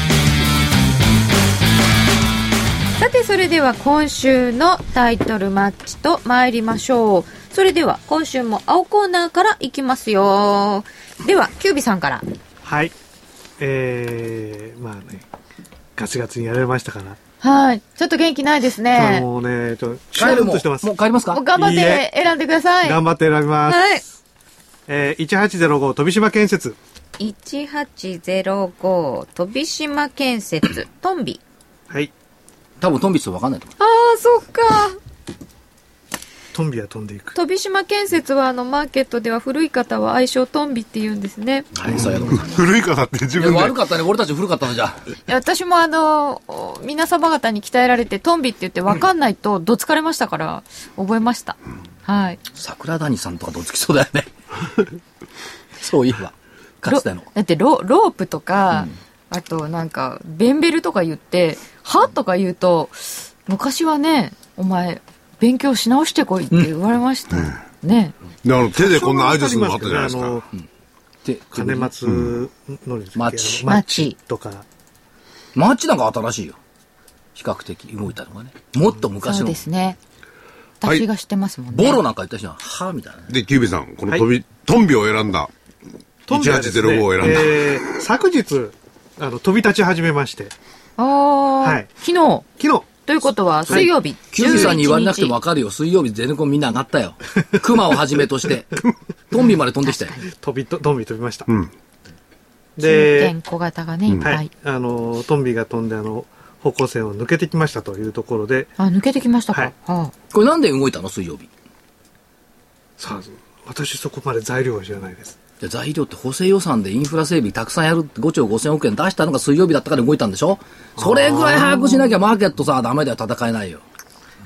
さてそれでは今週のタイトルマッチと参りましょう。それでは今週も青コーナーからいきますよ。ではキュービさんから。 はい、えー、まあね、ガチガチにやられましたから。 はい、ちょっと元気ないですね。 もうね、ちょっとシューンとしてます。 もう帰りますか？ もう頑張って選んでください。 頑張って選びます。 はい。 えー、いちはちゼロご飛島建設。 いちはちゼロご飛島建設トンビ。 はい。 多分トンビって分かんないと思う。 ああ、そっか。 トンビは飛んでいく。 飛島建設はあのマーケットでは古い方は愛称トンビって言うんですね。 はい、そうやろう。 古い方って自分で。 悪かったね、俺たち古かったのじゃ。 私もあの皆様方に鍛えられてトンビって言って分かんないとどつかれましたから覚えました。うん、はい。 桜谷さんとかどつきそうだよね。そういえば。かつての。 だってロロープとか、うん、あとなんかベンベルとか言ってはとか言うと昔はね、お前勉強し直してこいって言われました、うん、ね。 だから手でこんな合図するのあったじゃないですか。うん、 金松のりマッチマッチとか。 マッチなんか新しいよ。比較的動いたのがね。もっと昔の。 そうですね。私が知ってますもんね。 ボロなんか言った人ははみたいな、ね。 でキュービさん、この飛び、はい、トンビを選んだ。いちはちゼロごを選んだ。 えー、昨日あの飛び立ち始めまして。 ああ、はい。昨日。 昨日。 ということは水曜日、はい、 キュービさんに言われなくても分かるよ。水曜日ゼネコンみんな上がったよ。クマをはじめとしてトンビまで飛んできたよ。 飛びとトンビ飛びました。 うん、 で、中堅小型がね、いっぱい、はい、 あのトンビが飛んであの方向線を抜けてきましたというところで。 あ、抜けてきましたか。はい、はあ、 これなんで動いたの水曜日。 さあ、私そこまで材料は知らないです。 材料って補正予算でインフラ整備たくさんやるごちょうごせんおくえん出したのが水曜日だったから動いたんでしょ。それぐらい早くしなきゃマーケットさダメだよ、戦えないよ。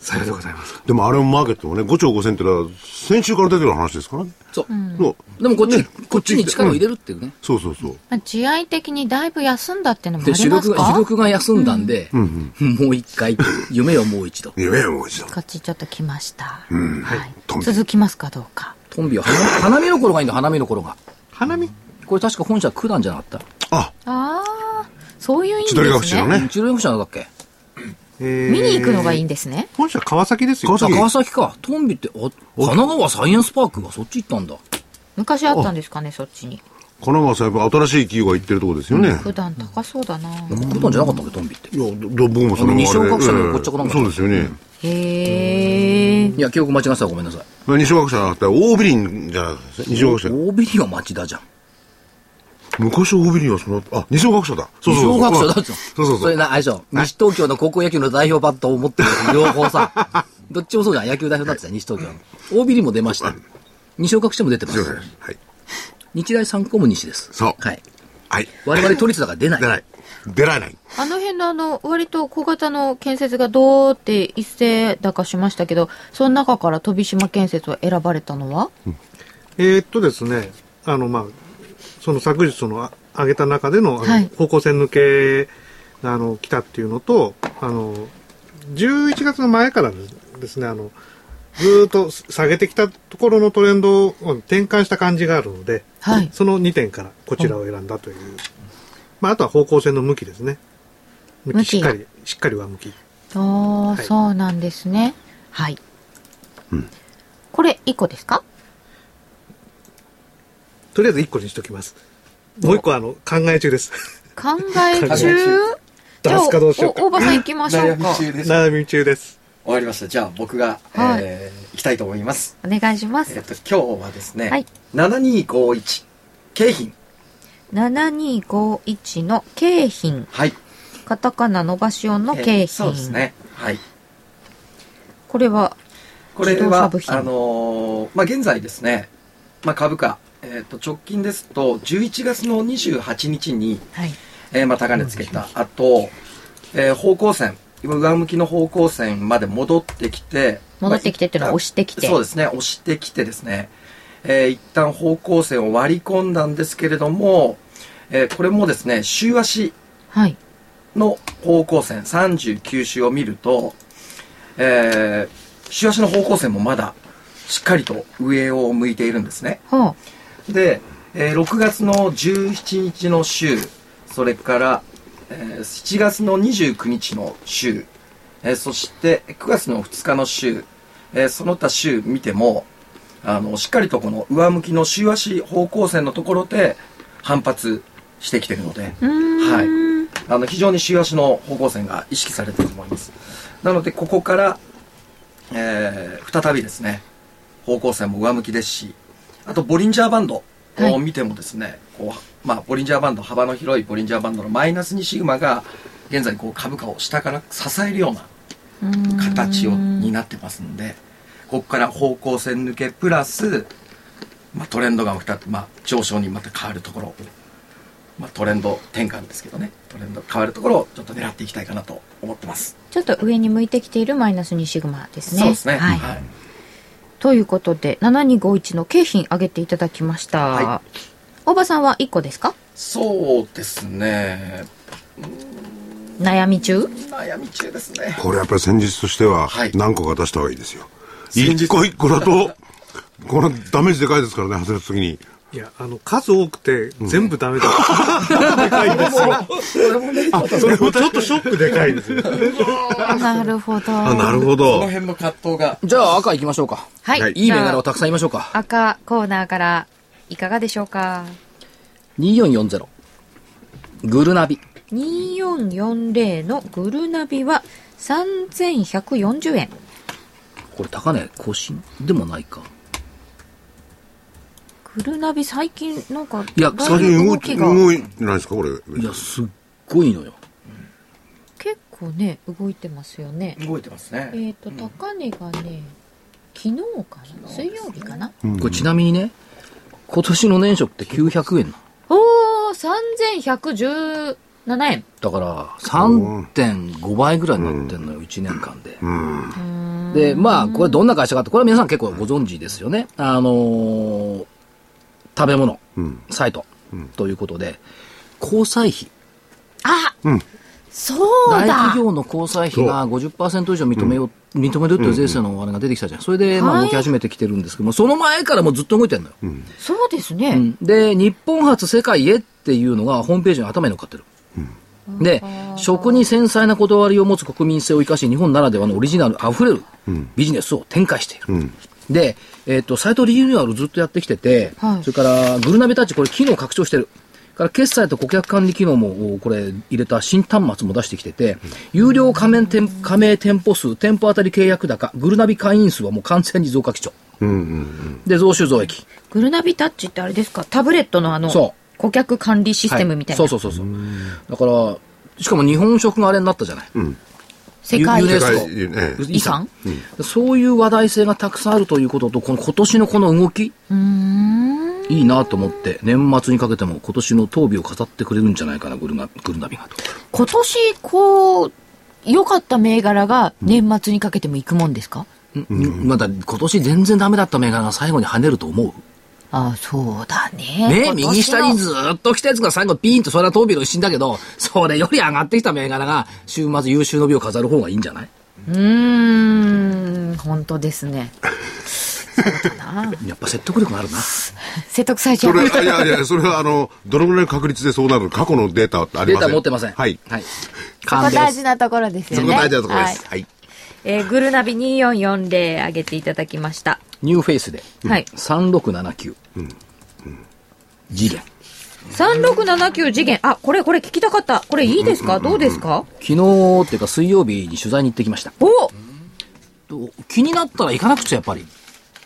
さようでございます。 でもあれもマーケットもね、ごちょうごせんってのは先週から出てる話ですからね。 そう。うん、でもこっち、ね、こっちに力を入れるっていうね。うん、 そうそうそう。 地合的にだいぶ休んだっていうのもありますか？ で、主力が、主力が休んだんで、うんうん、もう一回、夢をもう一度。 夢をもう一度。 こっちちょっと来ました。 うん、 はい。続きますかどうか。 トンビは花、花見の頃がいいんだ、花見の頃が。 花見これ確か本社九段じゃなかった。 あああ、そういう意味ですね。 千鳥ヶ淵のね。 千鳥ヶ淵なんだっけ。 えー、見に行くのがいいんですね。 本社川崎ですよ。 川崎、川崎か。トンビって、あ、神奈川サイエンスパークがそっち行ったんだ。 昔あったんですかね、そっちに。 神奈川さん、やっぱ新しい企業が行ってるところですよね。 普段高そうだな。 普段じゃなかったっけ、トンビって。 いや、僕もその二松学舎のこっちゃこなんか、 そうですよね。 へえ。 いや、記憶間違えたらごめんなさい。 二松学舎じゃなくて、大ビリンじゃなくて、二松学舎。 大ビリンは町田じゃん。 昔大ビリンはその、あ、二松学舎だ。 そうそうそう。二松学舎だっつうの。 そうそうそう。 それな、あれでしょ。西東京の高校野球の代表バットを持ってる両方さ。どっちもそうじゃん。野球代表になってた、西東京の。大ビリンも出ました。二松学舎も出てます。 はい。 日大三高も西です。 そう。 はい。 はい。 我々都立だから出ない。 出ない。出られない。 あの辺のあの、割と小型の建設がどうって一斉高しましたけど、その中から飛島建設を選ばれたのは、 うん、えー、っとですね、あの、まあ、その昨日その、上げた中での、あの、はい、方向線抜けが、あの、来たっていうのと、あの、じゅういちがつの前からですね、あの、ずーっと下げてきたところのトレンドを転換した感じがあるので、はい、そのにてんからこちらを選んだという。まあ、あとは方向線の向きですね。向きしっかり、しっかり上向き。 ああ、はい、そうなんですね。はい。うん、これいっこですか？ とりあえずいっこにしときます。もういっこあの、考え中です。 考え中出すかどうしようか。 大場さん行きましょうか。 悩み中です。 悩み中です。 終わりました。じゃあ僕が、はい、えー、行きたいと思います。 お願いします。 えっと、今日はですね、はい、ななにごいち、京浜。 ななにごいちの京浜。 はい。 カタカナ伸ばし音の京浜、えー。 そうですね。はい。 これは、 これは、あのー、まあ、現在ですね、まあ、株価、えー、と直近ですとじゅういちがつのにじゅうはちにちに、はい、えーまあ、高値つけた後、えー、方向線上向きの方向線まで戻ってきて戻ってきてっていうのは押してきて、 そうですね、押してきてですね、えー、一旦方向線を割り込んだんですけれども、えー、これもですね週足の方向線さんじゅうきゅう週を見ると、えー、週足の方向線もまだしっかりと上を向いているんですね。はあで、えー、ろくがつのじゅうしちにちの週、それから、えー、しちがつのにじゅうくにちの週、えー、そしてくがつのふつかの週、えー、その他週見てもあのしっかりとこの上向きの週足方向線のところで反発してきているので、はい、あの非常に週足の方向線が意識されていると思います。なのでここから、えー、再びですね方向線も上向きですし、あとボリンジャーバンドを見てもですね、はい、こうまあ、ボリンジャーバンド、幅の広いボリンジャーバンドのマイナスにシグマが現在こう株価を下から支えるような形をになってますので、ここから方向線抜けプラス、まあ、トレンドがふたつ、まあ、上昇にまた変わるところ、まあ、トレンド転換ですけどね、トレンド変わるところをちょっと狙っていきたいかなと思ってます。 ちょっと上に向いてきているマイナスにシグマですね。 そうですね、 はい、はい、ということでななにごいちの京浜上げていただきました、はい、大場さんはいっこですか？ そうですね、 悩み中悩み中ですね。 これやっぱり戦術としては何個か出した方がいいですよ、はい、一個一個だとこのダメージでかいですからね、外れた時に。 いや、あの数多くて全部ダメだ、うん、でかいんですよ。あ、それもちょっとショックでかいんですよ。 なるほど。 あ、なるほど。 その辺の葛藤が。 じゃあ赤いきましょうか。 はい。 いい銘柄をたくさん言いましょうか。 赤コーナーからいかがでしょうか。 にーよんよんゼログルナビ。 にーよんよんゼロのグルナビはさんぜんひゃくよんじゅうえん。 これ高値更新でもないか。 グルナビ最近なんかいや最近動きが動いてないですかこれ。 いやすっごいのよ。 結構ね動いてますよね。 動いてますね。 えっ、ー、と高値がね昨日かな、水曜日かな、 うん、これちなみにね今年の年初ってきゅうひゃくえんな。 おーさんぜんひゃくじゅうななえん。 だから、さんてんごばいぐらいになってんのよ、いちねんかんで。で、まあ、これどんな会社かって、これは皆さん結構ご存知ですよね。あのー、食べ物、うん、サイト、うん、ということで、交際費。 あ、うん、そうだ。 大企業の交際費が ごじゅっパーセント 以上認めよう、うん、認めるという税制のあれが出てきたじゃん。それで、まあ、動き始めてきてるんですけども、はい、その前からもうずっと動いてるのよ。うん、 そうですね、 うん。で、日本初世界へっていうのがホームページの頭に乗っかってる。うん、で、食に繊細なこだわりを持つ国民性を生かし、日本ならではのオリジナルあふれるビジネスを展開している。うん、で、えっと、サイトリニューアルずっとやってきてて、はい、それからグルナビタッチ、これ機能拡張してる。から決済と顧客管理機能もこれ入れた新端末も出してきてて、有料加盟店、加盟店舗数、店舗あたり契約高、グルナビ会員数はもう完全に増加基調。うんうんうん、で、増収増益。 グルナビタッチってあれですか、タブレットのあの、顧客管理システムみたいな。 はい、そうそうそうそう。だから、しかも日本食があれになったじゃない。うん、 世界ユネスコ遺産、うん、そういう話題性がたくさんあるということと、この今年のこの動き、うーんいいなと思って、年末にかけても今年の闘技を飾ってくれるんじゃないかな、グルナ、グルナビがと。 今年、こう、良かった銘柄が年末にかけても行くもんですか？ うん、うん、まだ今年全然ダメだった銘柄が最後に跳ねると思う？ ああ、そうだね。 ね、右下にずっと来たやつが最後ピーンと、それは闘技の一心だけど、それより上がってきた銘柄が週末優秀の美を飾る方がいいんじゃない？ うーん、本当ですね。そうだな。 やっぱ説得力があるな。 説得されちゃう。 それ、いやいや、それはあの、どのぐらいの確率でそうなる過去のデータってありません？ データ持ってません。 はい。 はい。 そこ大事なところですよね。 そこ大事なところです。はい。はい、 えー、グルナビにーよんよんゼロ上げていただきました。 ニューフェイスで。 はい。 さんろくななきゅう。うん。うん。次元。 さんろくななきゅう次元。あ、これ、これ聞きたかった。これいいですか？どうですか？ 昨日っていうか水曜日に取材に行ってきました。 お気になったら行かなくちゃやっぱり。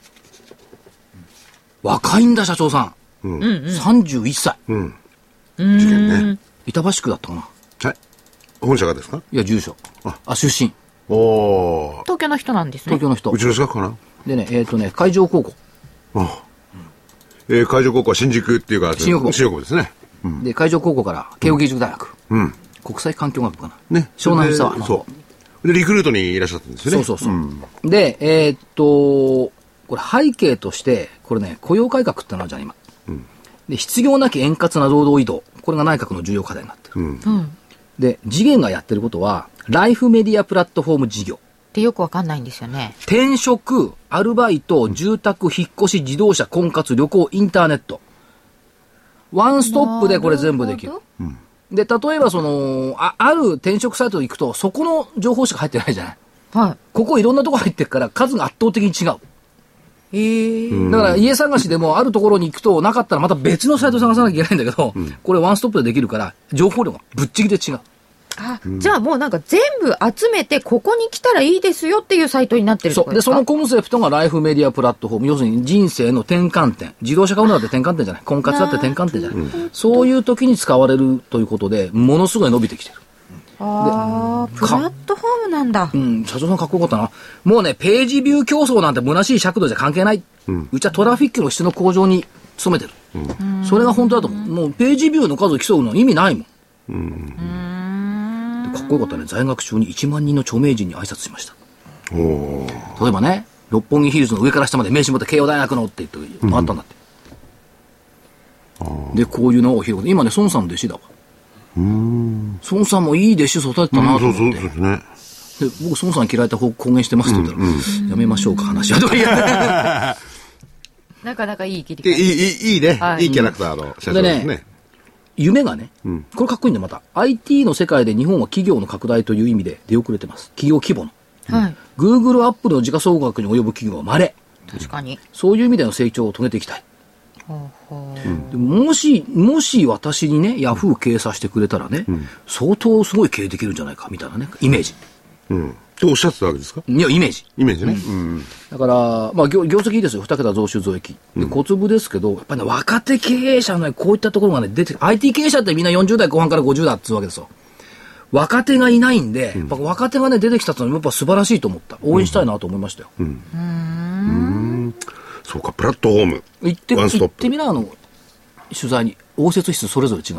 若いんだ社長さん、うん、さんじゅういっさい、うん、 事件ね。 板橋区だったかな。 はい。本社がですか？ いや住所。ああ出身。 お東京の人なんですね。 東京の人。 うちの近くかな。 でねえっ、ー、とね海上高校。ああ、 うん、えー、海上高校は新宿っていうか新横新横ですね。 うん、で海上高校から慶應義塾大学、うん、国際環境学部かな。ね。湘南沢の。 そうでリクルートにいらっしゃったんですよね。 そうそうそう。うん、でえっ、ー、とこれ背景として、これね、雇用改革ってのあるじゃん、今。うん、で、必要なき円滑な労働移動。これが内閣の重要課題になってる。うん、で、次元がやってることは、ライフメディアプラットフォーム事業。 ってよくわかんないんですよね。 転職、アルバイト、住宅、引っ越し、自動車、婚活、旅行、インターネット。ワンストップでこれ全部できる。うん、で、例えばその、あ、ある転職サイト行くと、そこの情報しか入ってないじゃない。はい。ここいろんなとこ入ってるから数が圧倒的に違う。 へー。 だから家探しでもあるところに行くとなかったらまた別のサイト探さなきゃいけないんだけど、うん、これワンストップでできるから情報量がぶっちぎりで違う。 あ、うん、じゃあもうなんか全部集めてここに来たらいいですよっていうサイトになってるってことですか？ そうで、そのコンセプトがライフメディアプラットフォーム、要するに人生の転換点、自動車買うのだって転換点じゃない、婚活だって転換点じゃない、うん、そういう時に使われるということでものすごい伸びてきてる。 ああ、プラットフォームなんだ。 うん、社長さんかっこよかったな。もうね、ページビュー競争なんて虚しい尺度じゃ関係ない。うん、うちはトラフィックの質の向上に努めてる。うん、それが本当だと思う。もうページビューの数を競うの意味ないもん。うん、かっこよかったね。在学中にいちまんにんの著名人に挨拶しました。お例えばね、六本木ヒルズの上から下まで名刺持って慶応大学のって言って回ったんだって。うん、で、こういうのを広げて、今ね、孫さんの弟子だわ。孫さんもいい弟子育てたなと思って、うん、そうそうですね。で僕孫さん嫌いた方公言してますって言ったら、うんうん、やめましょうか話はとか言なかなかいい切り替えいいいいいいね、はい、いいキャラクターの社長ですね。でね夢がね、うん、これかっこいいんだ。また アイティー の世界で日本は企業の拡大という意味で出遅れてます。企業規模の、はい、Google、Apple の時価総額に及ぶ企業は稀。 確かにそういう意味での成長を遂げていきたい。うん、もしもし私にねヤフー経営させてくれたらね、うん、相当すごい経営できるんじゃないかみたいなねイメージ、 うん、とおっしゃってたわけですか？ いやイメージイメージね、 うんうん、だから、まあ、業, 業績いいですよ。に桁増収増益で小粒ですけど、やっぱりね若手経営者のねこういったところがね出て アイティー 経営者ってみんなよんじゅう代後半からごじゅうだっつうわけですよ。若手がいないんで、やっぱ若手がね出てきたのはやっぱ素晴らしいと思った。応援したいなと思いましたよ。うんうん、うーんそうかプラットフォーム行って行ってみなあの取材に応接室それぞれ違うか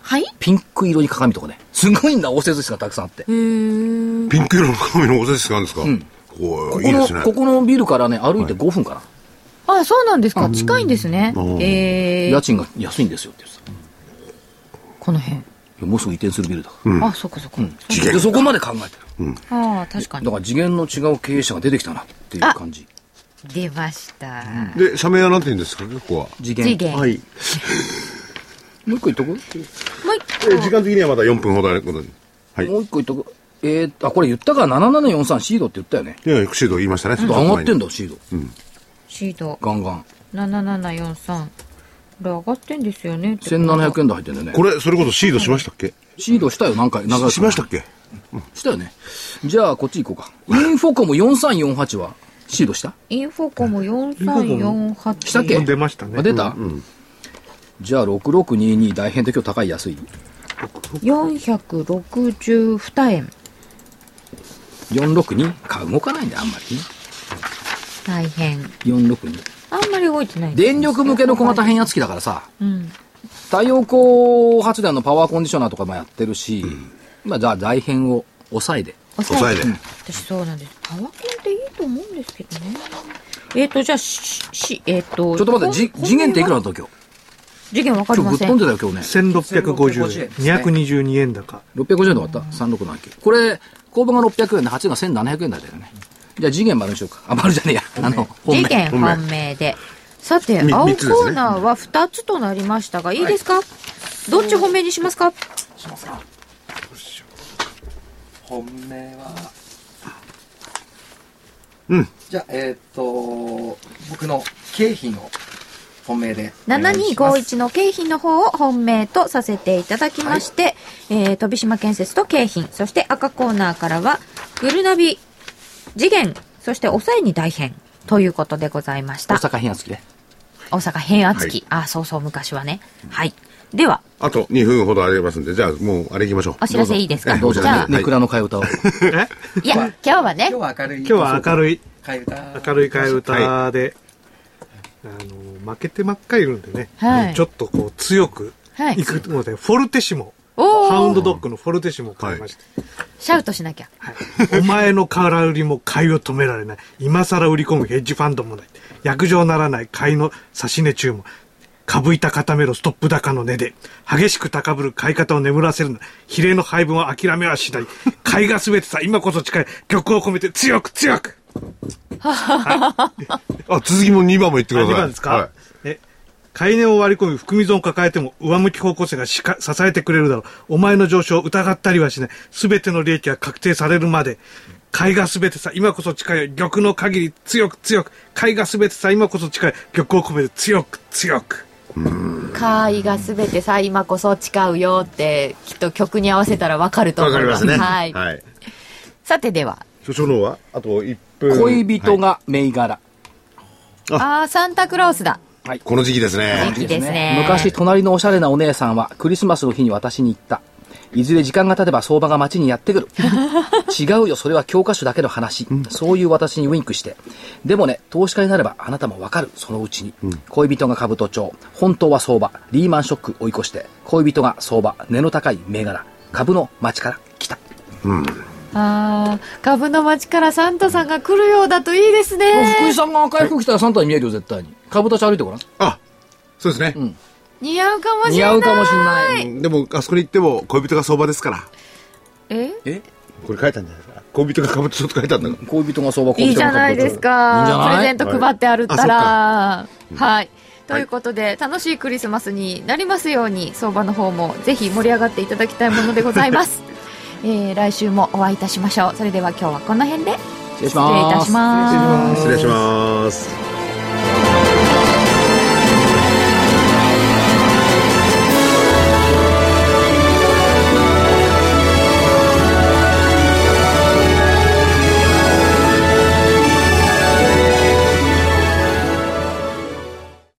はい。 ピンク色に鏡とかね。すごいんだ、応接室がたくさんあって。へー。ピンク色の鏡の応接室があるんですか？うん。 ここの、ここのビルからね、歩いてごふんかな。 はい、あ、そうなんですか。近いんですね。 えー。家賃が安いんですよって言ってた。 この辺。 もうすぐ移転するビルだから。 うん、あ、そこそこ。うん、 次元そこまで考えてる。 うん、ああ、確かに。 だから次元の違う経営者が出てきたなっていう感じ。 出ました。 うん、で、社名は何て言うんですかここは。 次元。 次元。 はい。 もう一個言っとく？もう一個。え、時間的にはまだよんぷんほどあることに。 はい。もう一個言っとく。えー、あ、これ言ったかななななよんさんシードって言ったよね。 いや、シード言いましたね。 ちょっと上がってんだ、シード。 うん。 シード。 ガンガン。 ななななよんさん。これ上がってんですよね。 せんななひゃくえんで入ってんだよね。 これ、それこそシードしましたっけ？ シードしたよ、何回。長し, しましたっけ？ うん、したよね。じゃあ、こっち行こうか。インフォコムよんさんよんはちはシードした？ インフォコムよんさんよんはち。 したっけ？ 出ましたね。 あ、出た？ うんうん、 じゃあ、ろくろくにーに大変って今日高い安い？ よんひゃくろくじゅうにえん。 よんろくにか動かないんだよ、あんまりね。 大変。 よんろくに。 あんまり動いてない。 電力向けの小型変圧器だからさ、 うん、 太陽光発電のパワーコンディショナーとかもやってるし、うん、まあじゃあ大変を抑えで。 抑えで。うん、 私そうなんです。パワーコンっていいと思うんですけどね。えっ、ー、と、じゃあ、し、し、えっ、ー、と。 ちょっと待って、じ次元っていくらだった今日？ 次元わかりません。 今日ぶっ飛んでたよ今日ね。 せんろっぴゃくごじゅうえん。にひゃくにじゅうにえん高。 ろっぴゃくごじゅうえんで終わった？さんろくななきゅう。これ、公募がろっぴゃくえんではちがせんななひゃくえんだったよね。じゃあ次元丸にしようか。あ、丸じゃねえや。あの、 次元本命で。さて、青コーナーはふたつとなりましたが、いいですか？はい、どっち本命にしますか？ しますか。どうしよう。本命は、 うん。 じゃあ、えっ、ー、と、僕の景品を本命で。 ななにごいちの景品の方を本命とさせていただきまして、はい、えー、飛島建設と景品、そして赤コーナーからは、グルナビ、次元、そして抑えに大変ということでございました。 大阪変圧器ね。 大阪変圧器。はい、あ、そうそう、昔はね。はい。では。 あとにふんほどありますんで、じゃあもうあれ行きましょう。 お知らせいいですか？ どうぞ。じゃあ、ネクラの替え歌を。 いや、今日はね。 今日は明るい。 今日は明るい。 替え歌。 明るい替え歌で、はい、あの、負けてばっかりいるんでね。はい、ちょっとこう強くいくので、はい、フォルテシモ。ハウンドドッグのフォルテシモを買いました。はい、 シャウトしなきゃ。 はい、お前の空売りも買いを止められない。今更売り込むヘッジファンドもない。約定ならない買いの差し値注文。株板固めろストップ高の値で。激しく高ぶる買い方を眠らせるな。比例の配分は諦めはしない。買いが全てさ、今こそ近い。玉を込めて強く強く。 はい、あ、続きもにばんも言ってください。 にばんですか？はい、え買い値を割り込み含み損を抱えても上向き方向性がしか支えてくれるだろう。お前の上昇を疑ったりはしない。すべての利益が確定されるまで。買いがすべてさ、今こそ近い。玉の限り強く強く。買いがすべてさ、今こそ近い。玉を込めて強く強く。 買いがすべてさ、今こそ近うよってきっと曲に合わせたら分かると思います。 わかりますね。 はい。はい、さてでは。 所長のはあといっぷん。 恋人が銘柄。 はい、ああ、サンタクロースだ。 はい、この時期ですね。 時期ですね。 昔隣のおしゃれなお姉さんはクリスマスの日に私に言った。いずれ時間が経てば相場が街にやってくる。違うよ、それは教科書だけの話、うん、そういう私にウインクして。でもね、投資家になればあなたもわかる、そのうちに、うん、恋人が兜町、本当は相場、リーマンショック追い越して、恋人が相場、値の高い銘柄、株の街から来た。 うん、 あー、株の街からサンタさんが来るようだといいですね。 福井さんが赤い服着たらサンタに見えるよ、絶対に。兜町歩いてごらん。 あ、そうですね。 うん、 似合うかもしれない。 似合うかもしれない。 でもあそこに行っても恋人が相場ですから。 ええこれ書いたんじゃないですか。恋人がかぶってちょっと書いたんだから。 恋人が相場、 恋人がかぶっていいじゃないですか。いいんじゃない？プレゼント配ってあるったら、はい、はい、ということで、はい、楽しいクリスマスになりますように、相場の方もぜひ盛り上がっていただきたいものでございます。えー、来週もお会いいたしましょう。それでは今日はこの辺で失礼します。 失礼いたします。 失礼します。